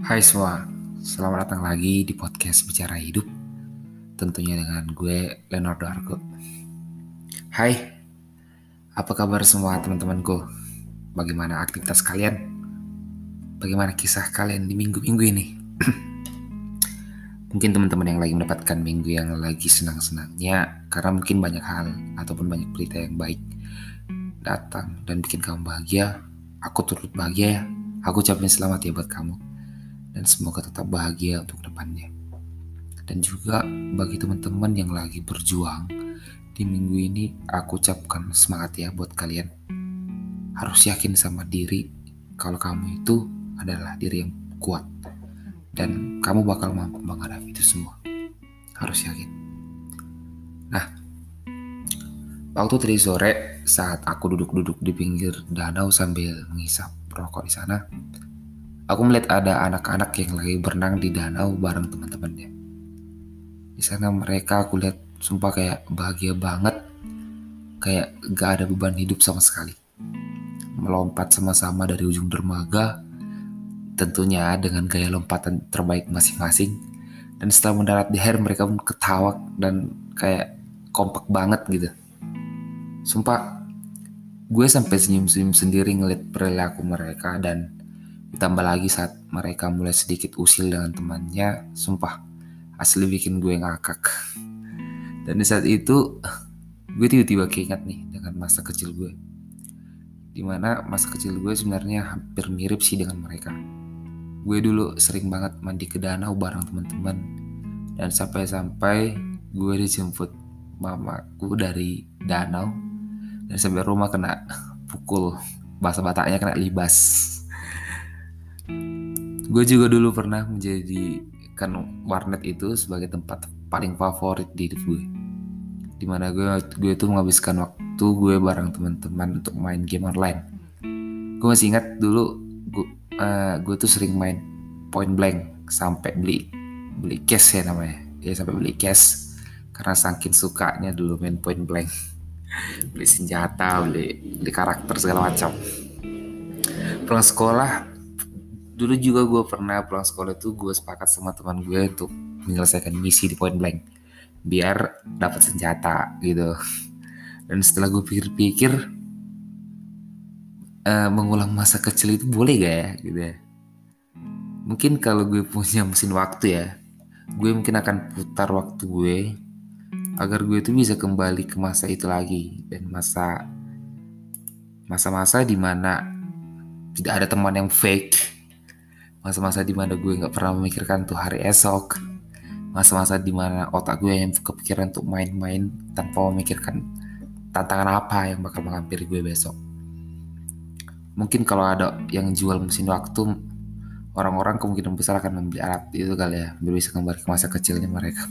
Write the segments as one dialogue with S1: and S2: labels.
S1: Hai semua, selamat datang lagi di podcast Bicara Hidup. Tentunya dengan gue, Leonardo Argo. Hai, apa kabar semua teman-temanku? Bagaimana aktivitas kalian? Bagaimana kisah kalian di minggu-minggu ini? Mungkin teman-teman yang lagi mendapatkan minggu yang lagi senang-senangnya, karena mungkin banyak hal ataupun banyak berita yang baik datang dan bikin kamu bahagia. Aku turut bahagia ya. Aku ucapin selamat ya buat kamu. Dan semoga tetap bahagia untuk depannya. Dan juga bagi teman-teman yang lagi berjuang di minggu ini, aku ucapkan semangat ya buat kalian. Harus yakin sama diri kalau kamu itu adalah diri yang kuat dan kamu bakal mampu menghadapi itu semua. Harus yakin. Nah, waktu tadi sore saat aku duduk-duduk di pinggir danau sambil mengisap rokok di sana, aku melihat ada anak-anak yang lagi berenang di danau bareng teman-temannya. Di sana mereka aku lihat sumpah kayak bahagia banget, kayak gak ada beban hidup sama sekali. Melompat sama-sama dari ujung dermaga, tentunya dengan gaya lompatan terbaik masing-masing. Dan setelah mendarat di air, mereka pun ketawa dan kayak kompak banget gitu. Sumpah, gue sampai senyum-senyum sendiri ngeliat perilaku mereka. Dan ditambah lagi saat mereka mulai sedikit usil dengan temannya, sumpah asli bikin gue ngakak. Dan di saat itu gue tiba-tiba keinget nih dengan masa kecil gue, dimana masa kecil gue sebenarnya hampir mirip sih dengan mereka. Gue dulu sering banget mandi ke danau bareng teman-teman, dan sampai-sampai gue dijemput mamaku dari danau dan sampai rumah kena pukul, bahasa Bataknya kena libas. Gue juga dulu pernah menjadikan warnet itu sebagai tempat paling favorit di hidup gue, dimana gue tuh menghabiskan waktu gue bareng teman-teman untuk main game online. Gue masih ingat dulu gue tuh sering main Point Blank sampai beli cash ya namanya, ya sampai beli cash karena saking sukanya dulu main Point Blank. Beli senjata, beli karakter segala macam. Pulang sekolah dulu juga gue pernah pulang sekolah itu gue sepakat sama teman gue untuk menyelesaikan misi di Point Blank biar dapat senjata gitu. Dan setelah gue pikir-pikir, mengulang masa kecil itu boleh gak ya gitu ya. Mungkin kalau gue punya mesin waktu ya, gue mungkin akan putar waktu gue agar gue itu bisa kembali ke masa itu lagi. Dan masa-masa dimana tidak ada teman yang fake, masa-masa dimana gue gak pernah memikirkan tuh hari esok, masa-masa dimana otak gue yang kepikiran untuk main-main tanpa memikirkan tantangan apa yang bakal menghampiri gue besok. Mungkin kalau ada yang jual mesin waktu, orang-orang kemungkinan besar akan membeli alat itu kali ya, biar bisa kembali ke masa kecilnya mereka.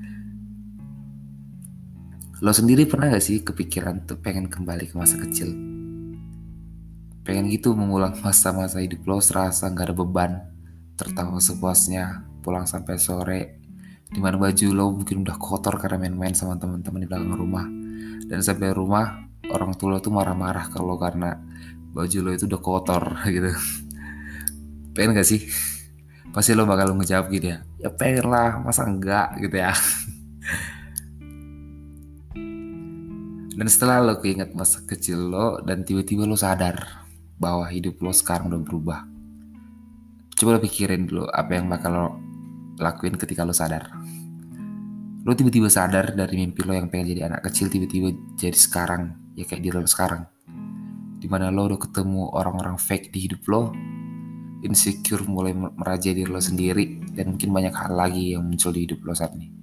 S1: Lo sendiri pernah gak sih kepikiran tuh pengen kembali ke masa kecil? Pengen gitu mengulang masa-masa hidup lo serasa gak ada beban, tertawa sepuasnya, pulang sampai sore, dimana baju lo mungkin udah kotor karena main-main sama teman-teman di belakang rumah. Dan sampai rumah, orang tua lo tuh marah-marah kalau karena baju lo itu udah kotor gitu. Pengen gak sih? Pasti lo bakal ngejawab gitu ya, ya pengen lah, masa enggak gitu ya. Dan setelah lo keinget masa kecil lo dan tiba-tiba lo sadar bahwa hidup lo sekarang udah berubah, coba lo pikirin dulu apa yang bakal lo lakuin ketika lo sadar. Lo tiba-tiba sadar dari mimpi lo yang pengen jadi anak kecil tiba-tiba jadi sekarang, ya kayak diri lo sekarang, dimana lo udah ketemu orang-orang fake di hidup lo, insecure mulai merajai diri lo sendiri, dan mungkin banyak hal lagi yang muncul di hidup lo saat ini.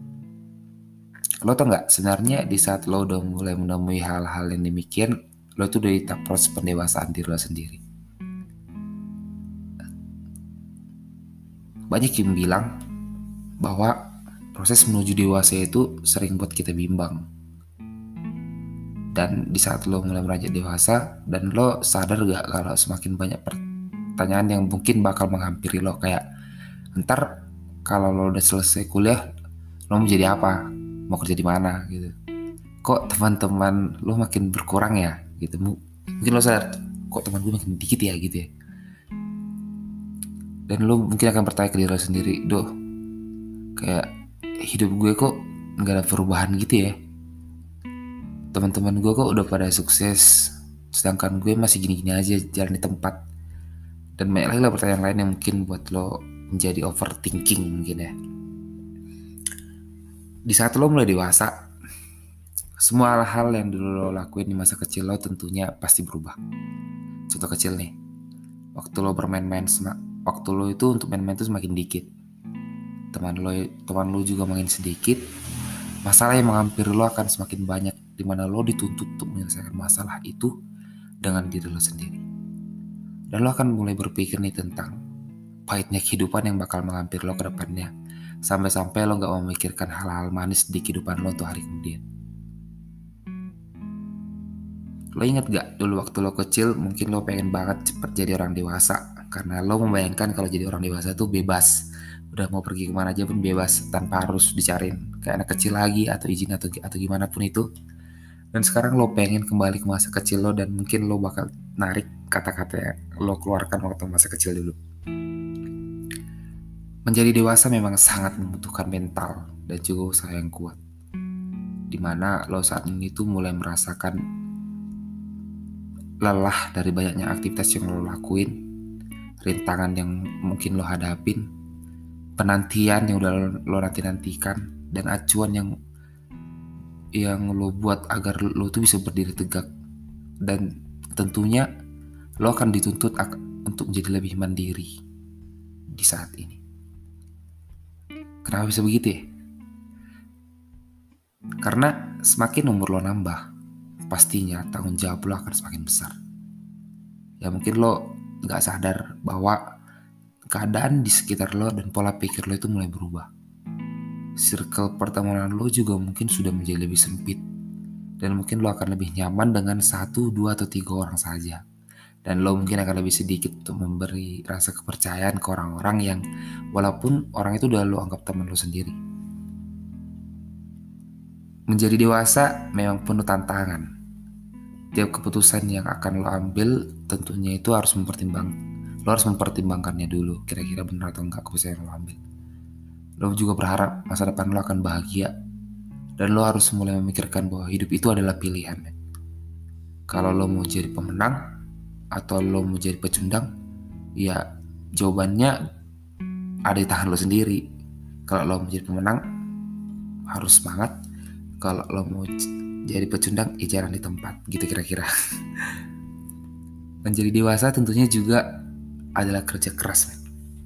S1: Lo tau gak, sebenarnya di saat lo udah mulai menemui hal-hal yang demikian, lo tuh udah di tahap proses pendewasaan diri lo sendiri. Banyak yang bilang bahwa proses menuju dewasa itu sering buat kita bimbang. Dan di saat lo mulai beranjak dewasa, dan lo sadar gak kalau semakin banyak pertanyaan yang mungkin bakal menghampiri lo, kayak ntar kalau lo udah selesai kuliah, lo mau jadi apa? Mau kerja di mana gitu? Kok teman-teman lo makin berkurang ya gitu. Mungkin lo sadar, kok teman gue makin dikit ya gitu ya. Dan lo mungkin akan bertanya ke diri lo sendiri, "Duh, kayak hidup gue kok nggak ada perubahan gitu ya. Teman-teman gue kok udah pada sukses, sedangkan gue masih gini-gini aja jalan di tempat." Dan banyak lagi lah pertanyaan lain yang mungkin buat lo menjadi overthinking mungkin ya. Di saat lo mulai dewasa, semua hal-hal yang dulu lo lakuin di masa kecil lo tentunya pasti berubah. Contoh kecil nih, waktu lo bermain-main, waktu lo itu untuk main-main itu semakin dikit. Teman lo juga makin sedikit. Masalah yang menghampiri lo akan semakin banyak, di mana lo dituntut untuk menyelesaikan masalah itu dengan diri lo sendiri. Dan lo akan mulai berpikir nih tentang pahitnya kehidupan yang bakal menghampiri lo ke depannya. Sampai-sampai lo gak memikirkan hal-hal manis di kehidupan lo untuk hari kemudian. Lo inget gak dulu waktu lo kecil mungkin lo pengen banget cepet jadi orang dewasa, karena lo membayangkan kalau jadi orang dewasa tuh bebas, udah mau pergi kemana aja pun bebas tanpa harus dicariin kayak anak kecil lagi atau izin atau gimana pun itu. Dan sekarang lo pengen kembali ke masa kecil lo, dan mungkin lo bakal narik kata-kata yang lo keluarkan waktu masa kecil dulu. Menjadi dewasa memang sangat membutuhkan mental dan juga usaha yang kuat, dimana lo saat ini tuh mulai merasakan lelah dari banyaknya aktivitas yang lo lakuin, rintangan yang mungkin lo hadapin, penantian yang udah lo nantikan, dan acuan yang lo buat agar lo tuh bisa berdiri tegak. Dan tentunya lo akan dituntut untuk menjadi lebih mandiri di saat ini. Kenapa bisa begitu ya? Karena semakin umur lo nambah, pastinya tanggung jawab lo akan semakin besar. Ya mungkin lo gak sadar bahwa keadaan di sekitar lo dan pola pikir lo itu mulai berubah. Circle pertemanan lo juga mungkin sudah menjadi lebih sempit, dan mungkin lo akan lebih nyaman dengan 1, 2, atau 3 orang saja. Dan lo mungkin akan lebih sedikit untuk memberi rasa kepercayaan ke orang-orang yang walaupun orang itu udah lo anggap teman lo sendiri. Menjadi dewasa memang penuh tantangan. Tiap keputusan yang akan lo ambil tentunya itu harus lo harus mempertimbangkannya dulu, kira-kira benar atau enggak keputusan yang lo ambil. Lo juga berharap masa depan lo akan bahagia, dan lo harus mulai memikirkan bahwa hidup itu adalah pilihan. Kalau lo mau jadi pemenang atau lo mau jadi pecundang, ya jawabannya ada di tangan lo sendiri. Kalau lo mau jadi pemenang, harus semangat. Kalau lo mau jadi pecundang, jalan di tempat, gitu kira-kira. Menjadi dewasa tentunya juga adalah kerja keras, men.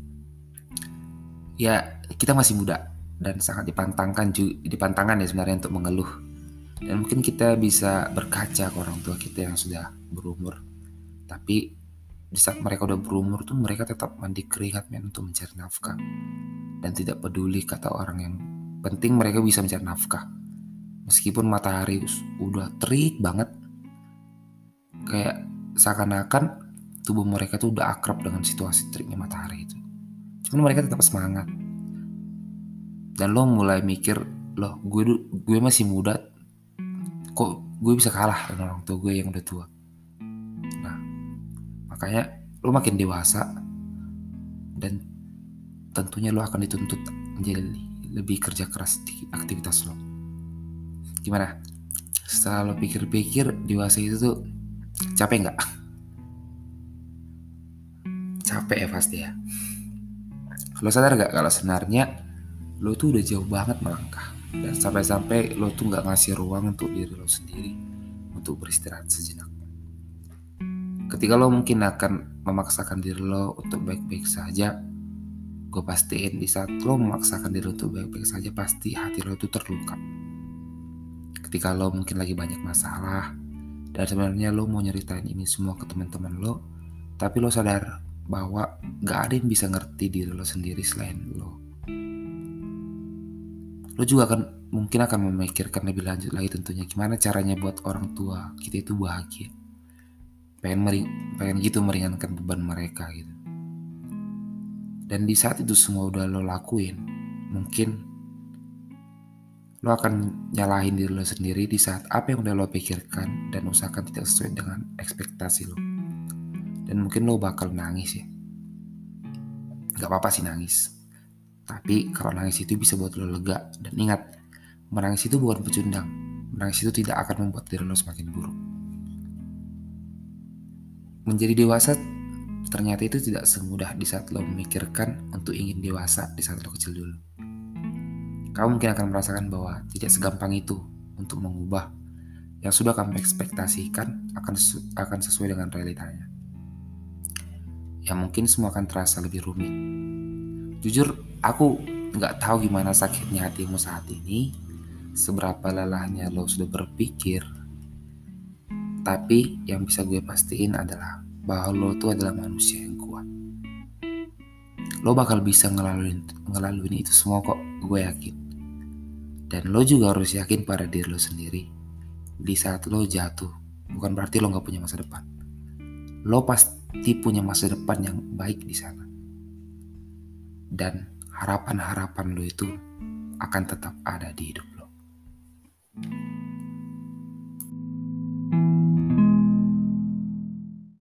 S1: Ya, kita masih muda dan sangat dipantangkan ya sebenarnya untuk mengeluh. Dan mungkin kita bisa berkaca ke orang tua kita yang sudah berumur. Tapi di saat mereka udah berumur tuh mereka tetap mandi keringat, men, untuk mencari nafkah. Dan tidak peduli kata orang, yang penting mereka bisa mencari nafkah. Meskipun matahari udah terik banget, kayak seakan-akan tubuh mereka tuh udah akrab dengan situasi teriknya matahari itu. Cuman mereka tetap semangat. Dan lo mulai mikir, loh gue masih muda, kok gue bisa kalah dengan orang tua gue yang udah tua. Nah, makanya lo makin dewasa, dan tentunya lo akan dituntut menjadi lebih kerja keras di aktivitas lo. Gimana? Setelah lo pikir-pikir, dewasa itu tuh capek nggak? Capek ya pasti ya. Lo sadar nggak kalau sebenarnya lo tuh udah jauh banget melangkah, dan sampai-sampai lo tuh nggak ngasih ruang untuk diri lo sendiri untuk beristirahat sejenak. Ketika lo mungkin akan memaksakan diri lo untuk baik-baik saja, gue pastiin di saat lo memaksakan diri untuk baik-baik saja, pasti hati lo tuh terluka. Ketika lo mungkin lagi banyak masalah, dan sebenarnya lo mau nyeritain ini semua ke teman-teman lo, tapi lo sadar bahwa gak ada yang bisa ngerti diri lo sendiri selain lo. Lo juga mungkin akan memikirkan lebih lanjut lagi tentunya, gimana caranya buat orang tua kita itu bahagia. Pengen gitu meringankan beban mereka gitu. Dan di saat itu semua udah lo lakuin, mungkin lo akan nyalahin diri lo sendiri di saat apa yang udah lo pikirkan dan usahakan tidak sesuai dengan ekspektasi lo. Dan mungkin lo bakal nangis ya. Gak apa-apa sih nangis. Tapi kalau nangis itu bisa buat lo lega. Dan ingat, menangis itu bukan pecundang. Menangis itu tidak akan membuat diri lo semakin buruk. Menjadi dewasa ternyata itu tidak semudah di saat lo memikirkan untuk ingin dewasa di saat lo kecil dulu. Kamu mungkin akan merasakan bahwa tidak segampang itu untuk mengubah yang sudah kamu ekspektasikan akan sesuai dengan realitanya. Ya mungkin semua akan terasa lebih rumit. Jujur, aku nggak tahu gimana sakitnya hatimu saat ini, seberapa lelahnya lo sudah berpikir. Tapi yang bisa gue pastiin adalah bahwa lo tuh adalah manusia yang kuat. Lo bakal bisa ngelaluin itu semua kok, gue yakin. Dan lo juga harus yakin pada diri lo sendiri. Di saat lo jatuh, bukan berarti lo gak punya masa depan. Lo pasti punya masa depan yang baik di sana. Dan harapan-harapan lo itu akan tetap ada di hidup.